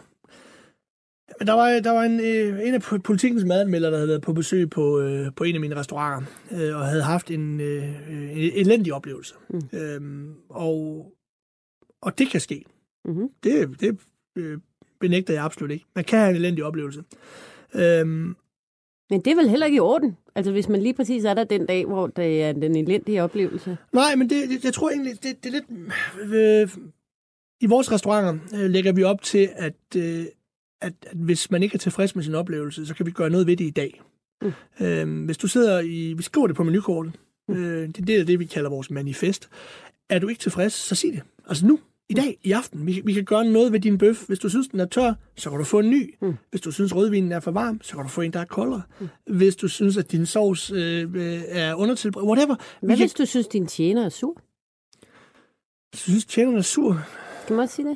Der var, der var en, en af Politikens madanmeldere, der havde været på besøg på, på en af mine restauranter, og havde haft en, en elendig oplevelse. Mm. Øhm, og, og det kan ske. Mm-hmm. Det, det benægter jeg absolut ikke. Man kan have en elendig oplevelse. Øhm, men det er vel heller ikke i orden? Altså hvis man lige præcis er der den dag, hvor det er den elendige oplevelse? Nej, men det, det, jeg tror egentlig, det, det er lidt... Øh, I vores restauranter øh, lægger vi op til, at, øh, at, at hvis man ikke er tilfreds med sin oplevelse, så kan vi gøre noget ved det i dag. Mm. Øh, hvis du sidder i... Vi skriver det på menukortet. Mm. Øh, det, det er det, vi kalder vores manifest. Er du ikke tilfreds, så sig det. Altså nu. I dag, i aften, vi, vi kan gøre noget ved din bøf. Hvis du synes, den er tør, så kan du få en ny. Mm. Hvis du synes, rødvinen er for varm, så kan du få en, der er koldere. Mm. Hvis du synes, at din sovs øh, er undertilberedt, whatever. Hvad kan... hvis du synes, din tjener er sur? Hvis du synes, tjeneren er sur? Kan man også sige det?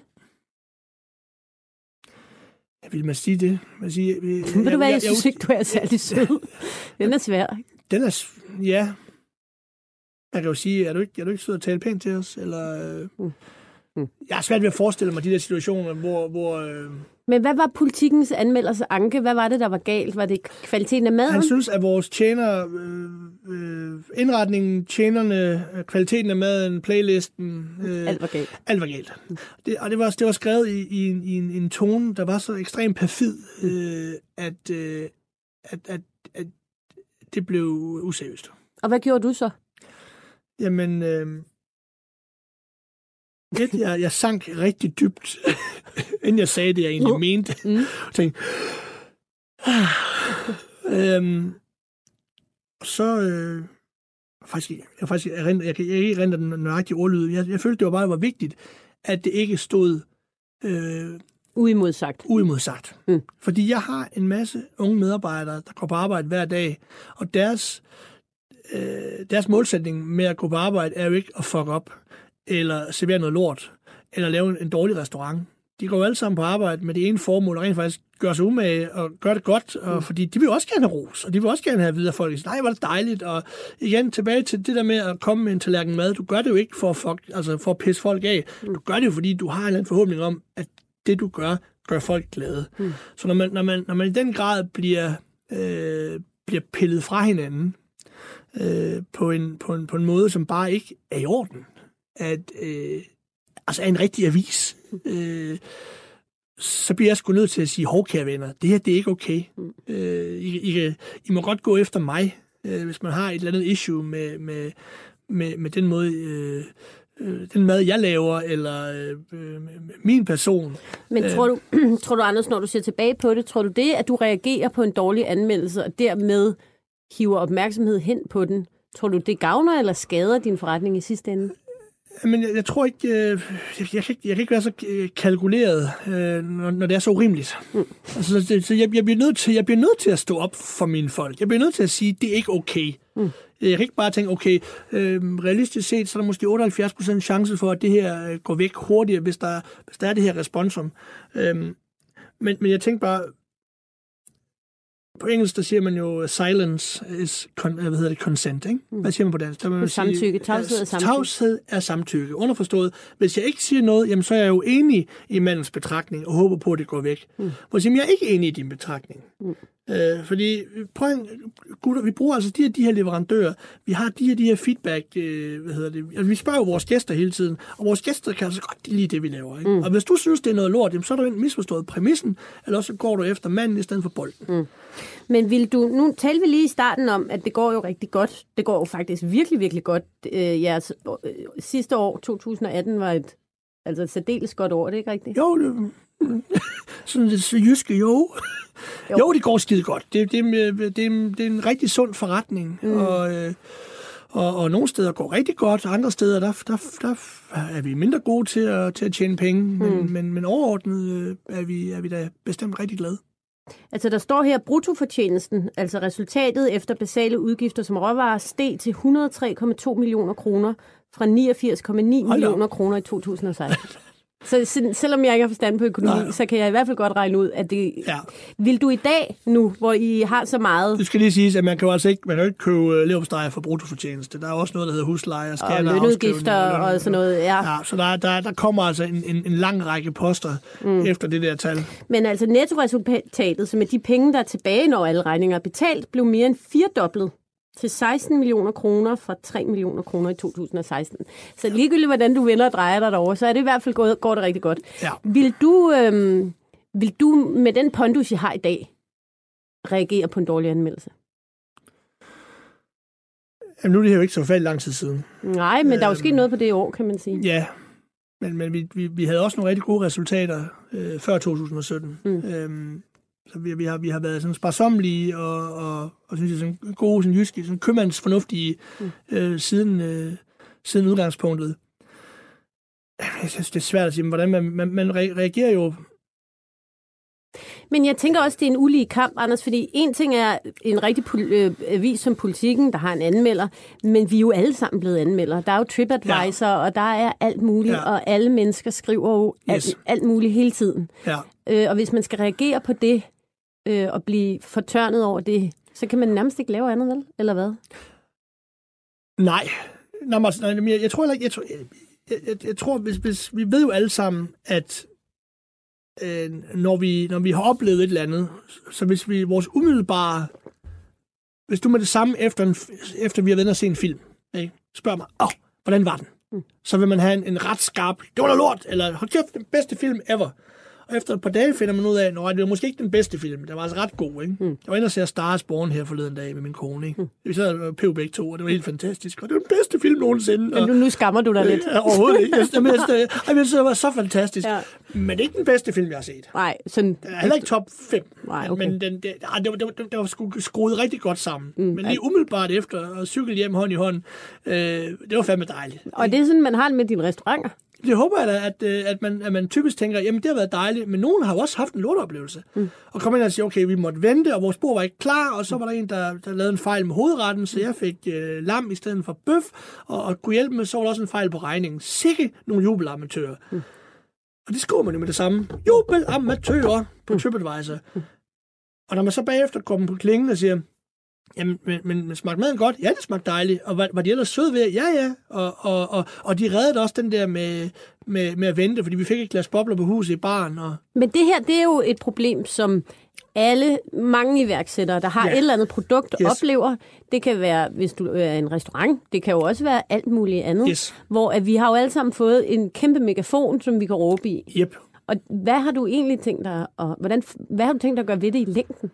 Jeg vil man sige det? Man siger, jeg, jeg, Ved du hvad, jeg, jeg, jeg synes ikke, du er særlig sød. Den er svær. Den er... Ja. Jeg kan jo sige, er du ikke, er du ikke sød at tale pænt til os? Eller... Øh... Mm. Mm. Jeg har svært ved at forestille mig de der situationer, hvor... hvor øh... Men hvad var Politikens anmelders anke? Hvad var det, der var galt? Var det kvaliteten af maden? Han synes, at vores tjener, øh, øh, indretningen, tjenerne, kvaliteten af maden, playlisten... Øh, alt var galt. Alt var galt. Mm. Det, og det var, det var skrevet i, i, en, i, en, i en tone, der var så ekstremt perfid, øh, at, øh, at, at, at det blev useriøst. Og hvad gjorde du så? Jamen... Øh, Et, jeg, jeg sank rigtig dybt, inden jeg sagde det, jeg egentlig mente. Mm. Jeg tænkte, ah. øhm, så, øh, faktisk, jeg, faktisk, jeg, render, jeg kan ikke rende den nøjagtige ordlyd. Jeg, jeg følte, det var bare var vigtigt, at det ikke stod øh, uimodsagt. uimodsagt. Mm. Fordi jeg har en masse unge medarbejdere, der går på arbejde hver dag, og deres, øh, deres målsætning med at gå på arbejde er jo ikke at fuck op, eller servere noget lort, eller lave en dårlig restaurant. De går jo alle sammen på arbejde med det ene formål, og rent faktisk gør sig umage og gør det godt, og, mm. fordi de vil også gerne have ros, og de vil også gerne have at vide, at folk siger, nej, hvor er det dejligt, og igen tilbage til det der med at komme med en tallerken mad. Du gør det jo ikke for at, fuck, altså for at pisse folk af. Du gør det jo, fordi du har en eller anden forhåbning om, at det du gør, gør folk glade. Mm. Så når man, når, man, når man i den grad bliver, øh, bliver pillet fra hinanden, øh, på, en, på, en, på en måde, som bare ikke er i orden, at øh, altså er en rigtig avis, øh, så bliver jeg sgu nødt til at sige, hov, kære venner, det her, det er ikke okay. Mm. Øh, I, I, I må godt gå efter mig, øh, hvis man har et eller andet issue med, med, med, med den måde, øh, øh, den mad, jeg laver, eller øh, min person. Men tror du, tror du, Anders, når du ser tilbage på det, tror du det, at du reagerer på en dårlig anmeldelse, og dermed hiver opmærksomhed hen på den? Tror du, det gavner eller skader din forretning i sidste ende? Men jeg, jeg tror ikke, øh, jeg, jeg, kan ikke, jeg kan ikke være så kalkuleret, øh, når, når det er så urimeligt. Mm. Altså, det, så jeg, jeg, bliver nødt til, jeg bliver nødt til at stå op for mine folk. Jeg bliver nødt til at sige, at det er ikke okay. Mm. Jeg kan ikke bare tænke, okay, øh, realistisk set, så er der måske otteoghalvfjerds procent chance for, at det her øh, går væk hurtigere, hvis der, hvis der er det her responsum. Øh, men, men jeg tænker bare, på engelsk, der siger man jo, silence is con, hvad hedder det, consent, ikke? Hvad siger man på dansk? Der vil man samtykke. Sige, Tavshed er samtykke. Tavshed er samtykke. Underforstået, hvis jeg ikke siger noget, jamen, så er jeg jo enig i mandens betragtning, og håber på, at det går væk. Mm. Hvor jeg, jeg er ikke enig i din betragtning. Mm. Øh, fordi, prøv en, gutter, vi bruger altså de her, de her leverandører, vi har de her, de her feedback, øh, hvad hedder det, altså, vi spørger jo vores gæster hele tiden, og vores gæster kan altså godt lide det, vi laver, ikke? Mm. Og hvis du synes, det er noget lort, jamen, så er du misforstået præmissen, eller også går du efter manden i stedet for bolden. Mm. Men vil du, nu talte vi lige i starten om, at det går jo rigtig godt. Det går jo faktisk virkelig, virkelig godt. Øh, jeres øh, sidste år, to tusind og atten, var et, altså et særdeles godt år, det er ikke rigtigt? Jo, det, sådan lidt jyske, jo. jo. Jo, det går skide godt. Det, det, det, det, det er en rigtig sund forretning, mm. og, øh, og, og nogle steder går rigtig godt, andre steder, der, der, der er vi mindre gode til at, til at tjene penge, men, mm. men, men overordnet øh, er, vi, er vi da bestemt rigtig glade. Altså, der står her, bruttofortjenesten, altså resultatet efter basale udgifter som råvarer, steg til et hundrede og tre komma to millioner kroner fra niogfirs komma ni millioner kroner i to tusind og seksten. Så selvom jeg ikke har forstand på økonomi, nej, så kan jeg i hvert fald godt regne ud, at det... Ja. Vil du i dag nu, hvor I har så meget... Det skal lige siges, at man kan jo altså ikke, man kan jo ikke købe leverpostej for bruttofortjeneste. Der er også noget, der hedder husleje, skatter, og lønudgifter og, og sådan noget, ja. Ja, så der, der, der kommer altså en, en, en lang række poster mm. efter det der tal. Men altså nettoresultatet, som er de penge, der er tilbage, når alle regninger er betalt, blev mere end firedoblet til seksten millioner kroner fra tre millioner kroner i to tusind og seksten. Så ligegyldigt, hvordan du vender og drejer dig derovre, så er det i hvert fald gået, går det rigtig godt. Ja. Vil du, øhm, vil du med den pondus, I har i dag, reagere på en dårlig anmeldelse? Jamen, nu er det her jo ikke så forfærdeligt lang tid siden. Nej, men øhm, der er jo sket noget på det år, kan man sige. Ja, men, men vi, vi, vi havde også nogle rigtig gode resultater øh, før to tusind og sytten. Mm. Øhm, Så vi, vi, har, vi har været sådan sparsommelige og, og, og synes jeg, sådan gode, sådan jyske, sådan købmandsfornuftige mm. øh, siden, øh, siden udgangspunktet. Jeg synes, det er svært at sige, hvordan man, man, man reagerer jo. Men jeg tænker også, det er en ulige kamp, Anders, fordi en ting er en rigtig pol- øh, avis som Politikken, der har en anmelder, men vi er jo alle sammen blevet anmeldere. Der er jo TripAdvisor, ja. Og der er alt muligt, ja. Og alle mennesker skriver jo yes. alt, alt muligt hele tiden. Ja. Øh, og hvis man skal reagere på det, øh, og blive fortørnet over det, så kan man nærmest ikke lave andet, vel? Eller hvad? Nej. Nå, men jeg, jeg tror ikke, jeg, tror, jeg, jeg, jeg tror, hvis, hvis vi ved jo alle sammen, at øh, når, vi, når vi har oplevet et eller andet, så hvis vi vores umiddelbare, hvis du med det samme efter, en, efter vi har været inde og se en film, ikke? Spørg mig, åh, hvordan var den? Mm. Så vil man have en, en ret skarp, det var da lort, eller hold kæft, den bedste film ever. Og efter et par dage finder man ud af, at det var måske ikke den bedste film. Den var altså ret god, ikke? Mm. Jeg var inde og se Star is Born her forleden dag med min kone, ikke? Mm. Vi sad og pæv begge to, og det var helt fantastisk. Og det var den bedste film nogensinde. Men nu, nu skammer du dig lidt. Ja, overhovedet ikke. Jeg, jeg, jeg, jeg, jeg, det var så fantastisk. Ja. Men det er ikke den bedste film, jeg har set. Nej, sådan... Den er heller ikke top fem. Nej, okay. Men den, det, det, var, det, var, det var skruet rigtig godt sammen. Mm. Men lige umiddelbart efter at cykle hjem hånd i hånd, øh, det var fandme dejligt. Og det er sådan, man har det med dine restauranter? Det håber jeg da, at, at, man, at man typisk tænker, jamen det har været dejligt, men nogen har jo også haft en lorteoplevelse. Mm. Og kom ind og sige, okay, vi måtte vente, og vores bord var ikke klar, og så var der en, der, der lavede en fejl med hovedretten, så jeg fik øh, lam i stedet for bøf, og, og kunne hjælpe med, så var der også en fejl på regningen. Sikke nogle jubelamatører. Mm. Og det skriver man jo med det samme. Jubelamatører på TripAdvisor. Mm. Og når man så bagefter kommer på klingen og siger, jamen, men, men, men smagte maden godt? Ja, det smagte dejligt. Og var, var de ellers søde ved? Ja, ja. Og, og, og, og de reddede også den der med, med, med at vente, fordi vi fik et glas bobler på huset i baren. Og... Men det her, det er jo et problem, som alle, mange iværksættere, der har ja. et eller andet produkt, yes. oplever. Det kan være, hvis du er en restaurant. Det kan jo også være alt muligt andet. Yes. Hvor at vi har jo alle sammen fået en kæmpe megafon, som vi kan råbe i. Yep. Og hvad har du egentlig tænkt dig, og hvordan, hvad har du tænkt dig at gøre ved det i længden?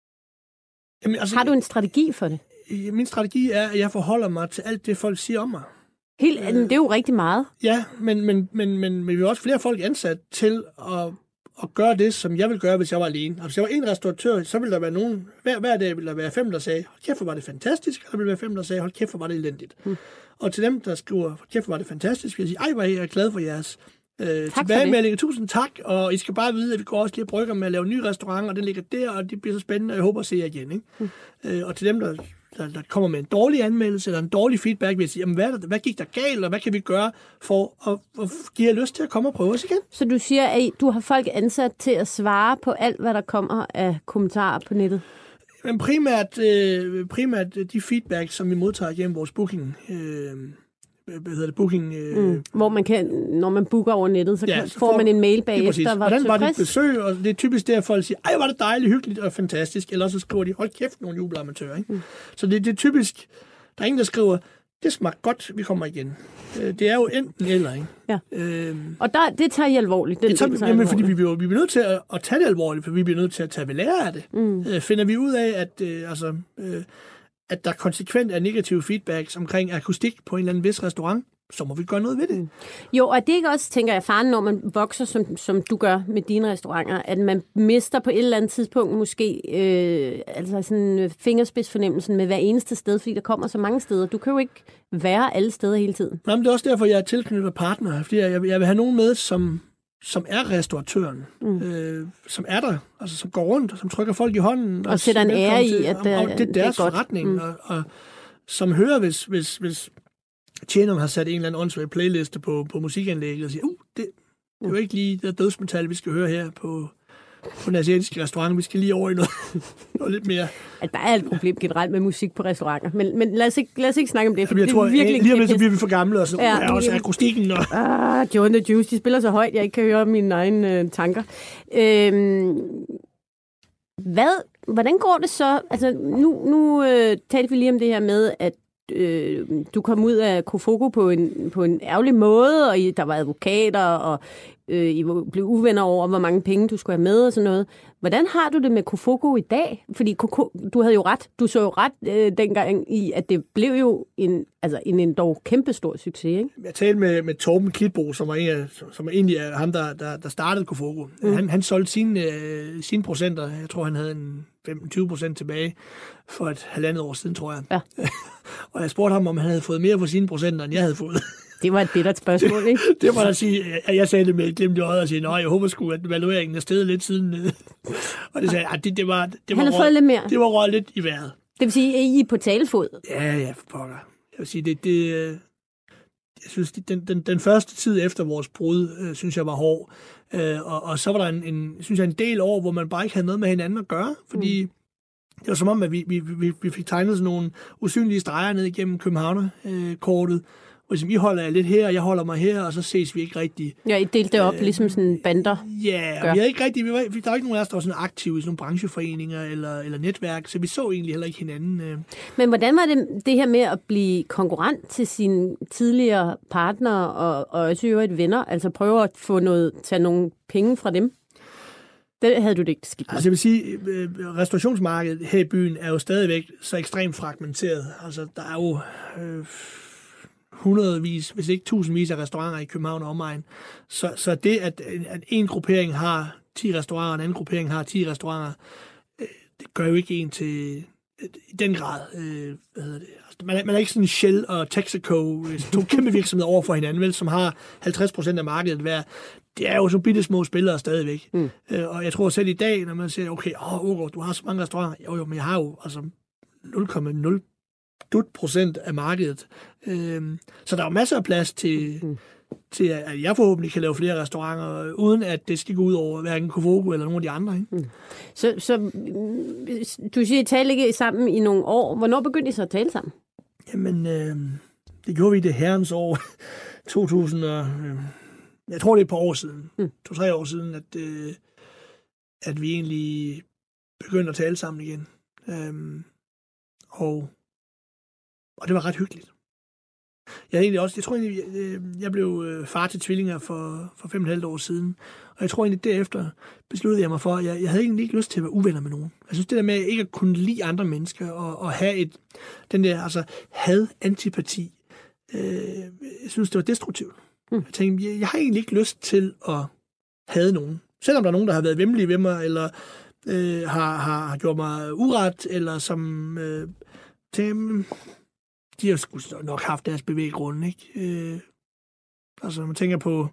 Jamen, altså, har du en strategi for det? Min strategi er, at jeg forholder mig til alt det, folk siger om mig. Helt, det er jo rigtig meget. Ja, men, men, men, men, men vi har også flere folk ansat til at, at gøre det, som jeg ville gøre, hvis jeg var alene. Altså, hvis jeg var en restauratør, så ville der være nogen... Hver, hver dag ville der være fem, der sagde, hold kæft, hvor var det fantastisk. Og der ville være fem, der sagde, hold kæft, hvor var det elendigt. Hmm. Og til dem, der skriver, hold kæft, hvor var det fantastisk, vil jeg sige, ej, hvor er jeg glad for jeres... Øh, tilbagemelding. Tusind tak, og I skal bare vide, at vi går også lige og brygger med at lave en ny restaurant, og den ligger der, og det bliver så spændende, og jeg håber at se jer igen. Ikke? Mm. Øh, og til dem, der, der, der kommer med en dårlig anmeldelse, eller en dårlig feedback, vil jeg sige, jamen, hvad, der, hvad gik der galt, og hvad kan vi gøre for at, at give jer lyst til at komme og prøve os igen? Så du siger, at du har folk ansat til at svare på alt, hvad der kommer af kommentarer på nettet? Men primært, øh, primært de feedback, som vi modtager gennem vores booking, øh, hvad hedder det, booking... Øh... Mm. Hvor man kan, når man booker over nettet, så ja, kan, så får man en mail bagefter. Hvordan var dit besøg? Og det er typisk der, folk siger, ej, var det dejligt, hyggeligt og fantastisk. Eller så skriver de, hold kæft, nogle jubelamatører. Ikke? Mm. Så det, det er typisk, der er ingen, der skriver, det smagte godt, vi kommer igen. Det er jo enten eller, ikke? Ja. Øhm, og der, det tager I alvorligt. Det tager, tager jamen, fordi vi bliver, vi bliver nødt til at, at tage det alvorligt, for vi bliver nødt til at tage ved lære af det. Mm. Øh, finder vi ud af, at... Øh, altså, øh, at der konsekvent er negative feedbacks omkring akustik på en eller anden vis restaurant, så må vi gøre noget ved det. Mm. Jo, og det er ikke også, tænker jeg, faren, når man vokser, som, som du gør med dine restauranter, at man mister på et eller andet tidspunkt måske øh, altså sådan fingerspidsfornemmelsen med hver eneste sted, fordi der kommer så mange steder. Du kan jo ikke være alle steder hele tiden. Nej, men det er også derfor, jeg er tilknyttet partner, fordi jeg, jeg vil have nogen med, som... som er restauratøren, mm. øh, som er der, altså som går rundt, og som trykker folk i hånden. Og, og sætter en ære i, at det, og det er deres det er forretning, mm. og, og som hører, hvis, hvis, hvis tjeneren har sat en eller anden åndssvag playliste på, på musikanlægget, og siger, uh, det, det er jo ikke lige det dødsmetal, vi skal høre her på, på den asiatiske restaurant, vi skal lige over i noget, noget lidt mere. At der er et problem generelt med musik på restauranter, men, men lad, os ikke, lad os ikke snakke om det, for jeg det tror, er virkelig... Lige om lidt, så bliver vi for gamle, og så ja, er også akustikken. Og... Ah, Joe and the Juice, de spiller så højt, jeg ikke kan høre mine egne øh, tanker. Øhm, hvad, hvordan går det så? Altså, nu, nu øh, talte vi lige om det her med, at øh, du kom ud af Kofogo på en, på en ærgerlig måde, og I, der var advokater, og øh, I blev uvenner over, hvor mange penge du skulle have med og sådan noget. Hvordan har du det med Kofogo i dag? Fordi du havde jo ret, du så jo ret øh, dengang i, at det blev jo en, altså en endog kæmpestor succes, ikke? Jeg talte med, med Torben Kitbo, som var, en af, som er egentlig er ham, der, der, der startede Kofogo. Mm. Han, han solgte sine, øh, sine procenter. Jeg tror, han havde en femten til tyve procent tilbage for et halvandet år siden, tror jeg. Ja. Og jeg spurgte ham, om han havde fået mere for sine procenter, end jeg havde fået. Det var et bittert spørgsmål, ikke? Det, det må jeg sige. Jeg, jeg sagde det med et glimt i øjet og sige, nej, jeg håber sgu, at valueringen er steget lidt siden. Og det sagde jeg, det, det var, det var, Han har fået lidt mere. Det var røget lidt i vejret. Det vil sige, at I er på talefod? Ja, ja, for pokker. Jeg vil sige, det, det, jeg synes, den, den, den første tid efter vores brud, øh, synes jeg var hård. Øh, og, og så var der en, en, synes jeg, en del år, hvor man bare ikke havde noget med hinanden at gøre, fordi mm. det var som om, at vi, vi, vi, vi fik tegnet sådan nogle usynlige streger ned igennem Københavner-kortet, og ligesom, I holder jeg lidt her, jeg holder mig her, og så ses vi ikke rigtigt. Ja, I delte det op, øh, ligesom sådan bander. Ja, og vi havde ikke rigtigt, vi var, der var ikke nogen af os, der var sådan aktive i sådan nogle brancheforeninger eller, eller netværk, så vi så egentlig heller ikke hinanden. Øh. Men hvordan var det, det her med at blive konkurrent til sine tidligere partnere og, og også i øvrigt venner, altså prøve at få noget, tage nogle penge fra dem? Det havde du det ikke skidt med. Altså jeg vil sige, restaurationsmarkedet her i byen er jo stadigvæk så ekstremt fragmenteret. Altså der er jo øh, hundredvis, hvis ikke tusindvis af restauranter i København og omegn. Så, så det, at, at en gruppering har ti restauranter, og en anden gruppering har ti restauranter, øh, det gør jo ikke en til i den grad. Øh, hvad hedder det? Altså, man, er, man er ikke sådan Shell og Texaco, to kæmpe virksomheder over for hinanden, vel, som har halvtreds procent af markedet hver. Det er jo så bitte små spillere stadigvæk. Mm. Øh, og jeg tror selv i dag, når man siger, okay, åh, oh, du har så mange restauranter. Jo, jo, men jeg har jo altså nul komma nul procent af markedet. Øh, så der er jo masser af plads til, mm. til, at jeg forhåbentlig kan lave flere restauranter, uden at det skal gå ud over hverken Kofogo eller nogle af de andre. Ikke? Mm. Så, så du siger, I talte ikke sammen i nogle år. Hvornår begyndte I så at tale sammen? Jamen, øh, det gjorde vi i det herrens år to tusind og... Øh, jeg tror, det er et par år siden, mm. to-tre år siden, at, øh, at vi egentlig begyndte at tale sammen igen. Øhm, og, og det var ret hyggeligt. Jeg, egentlig også, jeg tror egentlig, jeg, jeg blev far til tvillinger for, for fem og et halvt år siden, og jeg tror egentlig, derefter besluttede jeg mig for, at jeg, jeg havde egentlig ikke lyst til at være uvenner med nogen. Jeg synes, det der med ikke at kunne lide andre mennesker, og, og have et, den der altså, had-antipati, øh, jeg synes, det var destruktivt. Mm. Jeg tænkte, jeg, jeg har egentlig ikke lyst til at hade nogen. Selvom der er nogen, der har været væmmelige ved mig, eller øh, har, har, har gjort mig uret, eller som... Øh, til, de har sgu nok haft deres bevæggrunde, ikke? Øh, altså, man tænker på...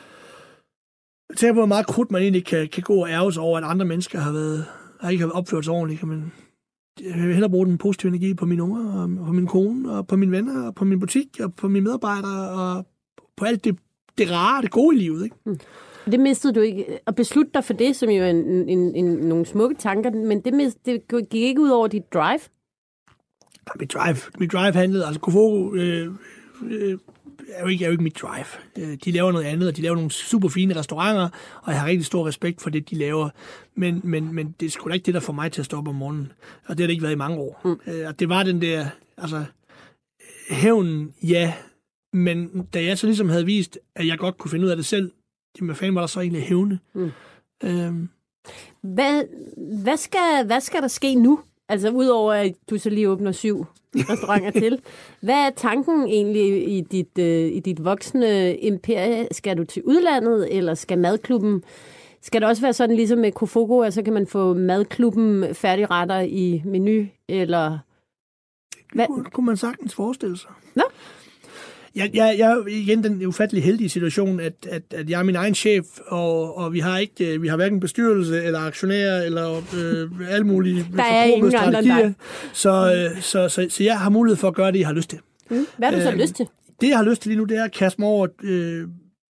Jeg tænker på, hvor meget krudt man egentlig kan, kan gå og ærges over, at andre mennesker har været... har ikke har opført sig ordentligt, men... Jeg vil hellere bruge den positive energi på mine unger, og på min kone, og på mine venner, og på min butik, og på mine medarbejdere, og på alt det, det rare, det gode i livet, ikke? Mm. Det mistede du ikke. At beslutte dig for det, som jo er en, en, en, nogle smukke tanker, men det, mist, det gik ikke ud over dit drive? Mit drive, mit drive handlede, altså Kofogo øh, øh, er, jo ikke, er jo ikke mit drive. De laver noget andet, og de laver nogle super fine restauranter, og jeg har rigtig stor respekt for det, de laver. Men, men, men det er sgu da ikke det, der får mig til at stoppe om morgenen. Og det har det ikke været i mange år. Mm. Og det var den der, altså, hævnen, ja, men da jeg så ligesom havde vist, at jeg godt kunne finde ud af det selv, hvad fanden var der så egentlig hævne? Mm. Øhm. Hvad, hvad, skal, hvad skal der ske nu? Altså udover at du så lige åbner syv restauranter til. Hvad er tanken egentlig i dit, øh, i dit voksne imperie? Skal du til udlandet, eller skal madklubben... Skal det også være sådan ligesom med Kofogo, at så kan man få madklubben færdigretter i menu, eller... Hvad? Det kunne man sagtens forestille sig. Nå? Jeg, jeg, jeg er igen den ufattelig heldige situation, at, at, at jeg er min egen chef, og, og vi har ikke, vi har hverken bestyrelse eller aktionærer eller øh, alle mulige der er ingen andre end dig. Så, øh, så, så, så jeg har mulighed for at gøre det, jeg har lyst til. Mm. Hvad har du så øh, lyst til? Det, jeg har lyst til lige nu, det er at kaste mig over øh,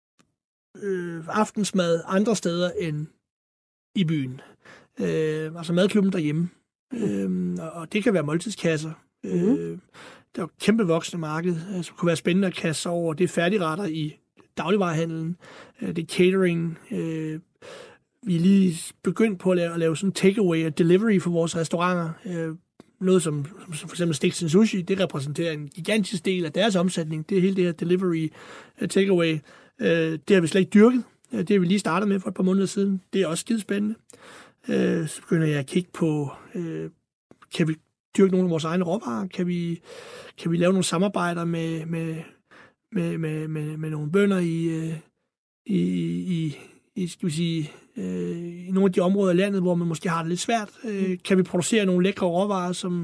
øh, aftensmad andre steder end i byen. Øh, altså madklubben derhjemme. Mm. Øh, og det kan være måltidskasser. Mm. Øh, Der er jo et kæmpe voksende marked, som kunne være spændende at kaste sig over. Det er færdigretter i dagligvarehandlen. Det er catering. Vi er lige begyndt på at lave, at lave sådan takeaway og delivery for vores restauranter. Noget som, som for eksempel Sticks and Sushi, det repræsenterer en gigantisk del af deres omsætning. Det er hele det her delivery takeaway. Det har vi slet ikke dyrket. Det har vi lige startet med for et par måneder siden. Det er også skidespændende. Så begynder jeg at kigge på, kan vi dyrke nogle af vores egne råvarer? Kan vi, kan vi lave nogle samarbejder med, med, med, med, med, med nogle bønder i, i, i, i, skal vi sige, i nogle af de områder af landet, hvor man måske har det lidt svært? Kan vi producere nogle lækre råvarer, som,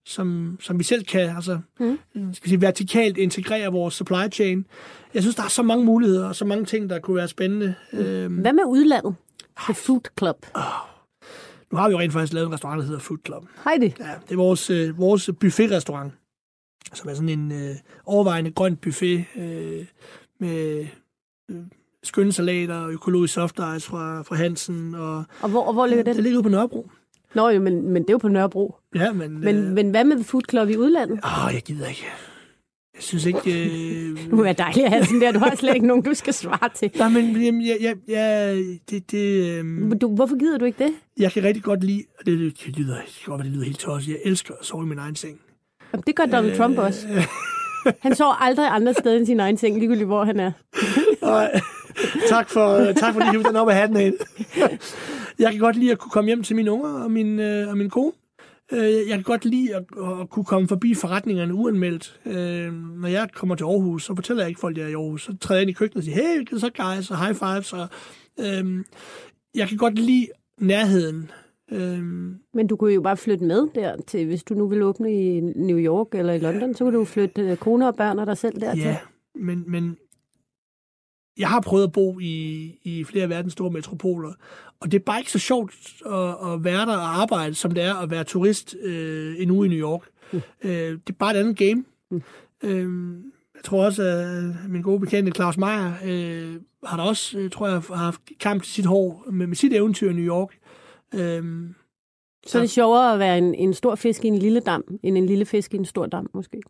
som, som vi selv kan altså, mm. skal sige, vertikalt integrere vores supply chain. Jeg synes, der er så mange muligheder, og så mange ting, der kunne være spændende. Mm. Hvad med udlandet? The Food Club. Oh. Nu har vi jo rent faktisk lavet en restaurant, der hedder Food Club. Hej det. Ja, det er vores, øh, vores buffetrestaurant, som er sådan en øh, overvejende grøn buffet øh, med øh, skønne salater og økologisk soft ice fra, fra Hansen. Og, og, hvor, og hvor ligger den? Det ligger ude på Nørrebro. Nå jo, men, men det er jo på Nørrebro. Ja, men... Men, øh, men hvad med The Food Club i udlandet? Åh, jeg gider ikke. Jeg synes ikke... Øh... Nu er dejligt at have sådan der. Du har slet ikke nogen, du skal svare til. Nej, men jamen, jeg, jeg, jeg, det... det øh... du, hvorfor gider du ikke det? Jeg kan rigtig godt lide... Og det, det, lyder, det kan godt være, det lyder helt tosset. Jeg elsker at sove i min egen seng. Jamen, det gør Donald øh... Trump også. Han sover aldrig andre steder end sin egen seng, ligegyldigt hvor han er. Nej, tak for, tak for at hive den op af hatten af. Jeg kan godt lide at kunne komme hjem til mine unger og min, øh, og min kone. Jeg kan godt lide at, at kunne komme forbi forretningerne uanmeldt. Øh, når jeg kommer til Aarhus, så fortæller jeg ikke folk, at jeg er i Aarhus. Så træder jeg ind i køkkenet og siger, hey, så guys, og high fives. Og, øh, jeg kan godt lide nærheden. Øh, Men du kunne jo bare flytte med der til, hvis du nu vil åbne i New York eller i London, så kunne du flytte kone og børn og dig selv dertil. Ja, men, men jeg har prøvet at bo i, i flere af verdens store metropoler, og det er bare ikke så sjovt at, at være der og arbejde, som det er at være turist øh, en uge i New York. Mm. Øh, det er bare et andet game. Mm. Øh, jeg tror også, at min gode bekendte Claus Meyer øh, har da også, øh, tror jeg, haft kamp til sit hår med, med sit eventyr i New York. Øh, så er det sjovere at være en, en stor fisk i en lille dam, end en lille fisk i en stor dam, måske?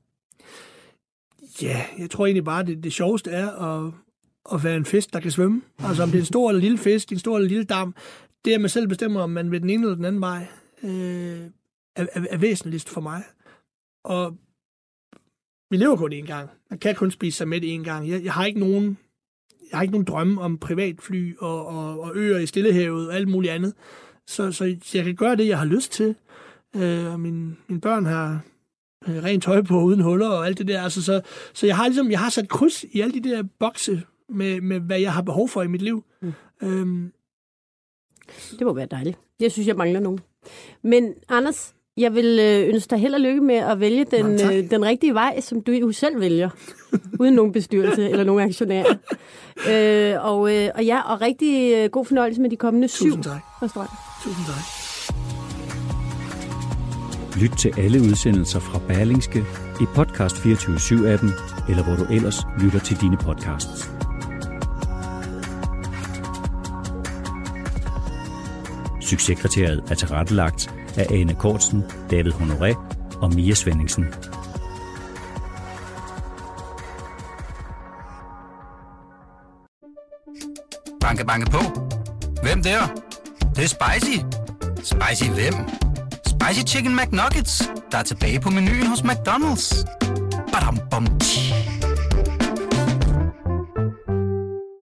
Ja, jeg tror egentlig bare, at det, det sjoveste er at at være en fisk, der kan svømme. Altså om det er en stor eller lille fisk, en stor eller lille dam, det er man selv bestemmer, om man vil den ene eller den anden vej, øh, er, er, er væsentligst for mig. Og vi lever kun én gang. Man kan kun spise sig med én gang. Jeg, jeg har ikke nogen, jeg har ikke nogen drømme om privatfly og, og, og øer i Stillehavet og alt muligt andet. Så, så jeg kan gøre det, jeg har lyst til. Øh, og mine, mine børn har øh, rent tøj på uden huller og alt det der. Altså, så, så jeg har ligesom, jeg har sat kryds i alle de der bokse, Med, med, hvad jeg har behov for i mit liv. Mm. Øhm. Det må være dejligt. Jeg synes, jeg mangler nogen. Men Anders, jeg vil ønske dig held og lykke med at vælge den, øh, den rigtige vej, som du jo selv vælger, uden nogen bestyrelse eller nogen aktionærer. øh, og, øh, og ja, og rigtig øh, god fornøjelse med de kommende Tusind syv tak. restauranter. Tusind tak. Lyt til alle udsendelser fra Berlingske i Podcast fireogtyve syv appen, eller hvor du ellers lytter til dine podcasts. Succeskriteriet er tilrettelagt af Ane Kortsen, David Honoré og Mia Svenningsen. Banke, banke på. Hvem der? Det, det er spicy. Spicy hvem? Spicy Chicken McNuggets, der er tilbage på menuen hos McDonald's. Badum, bom, tji.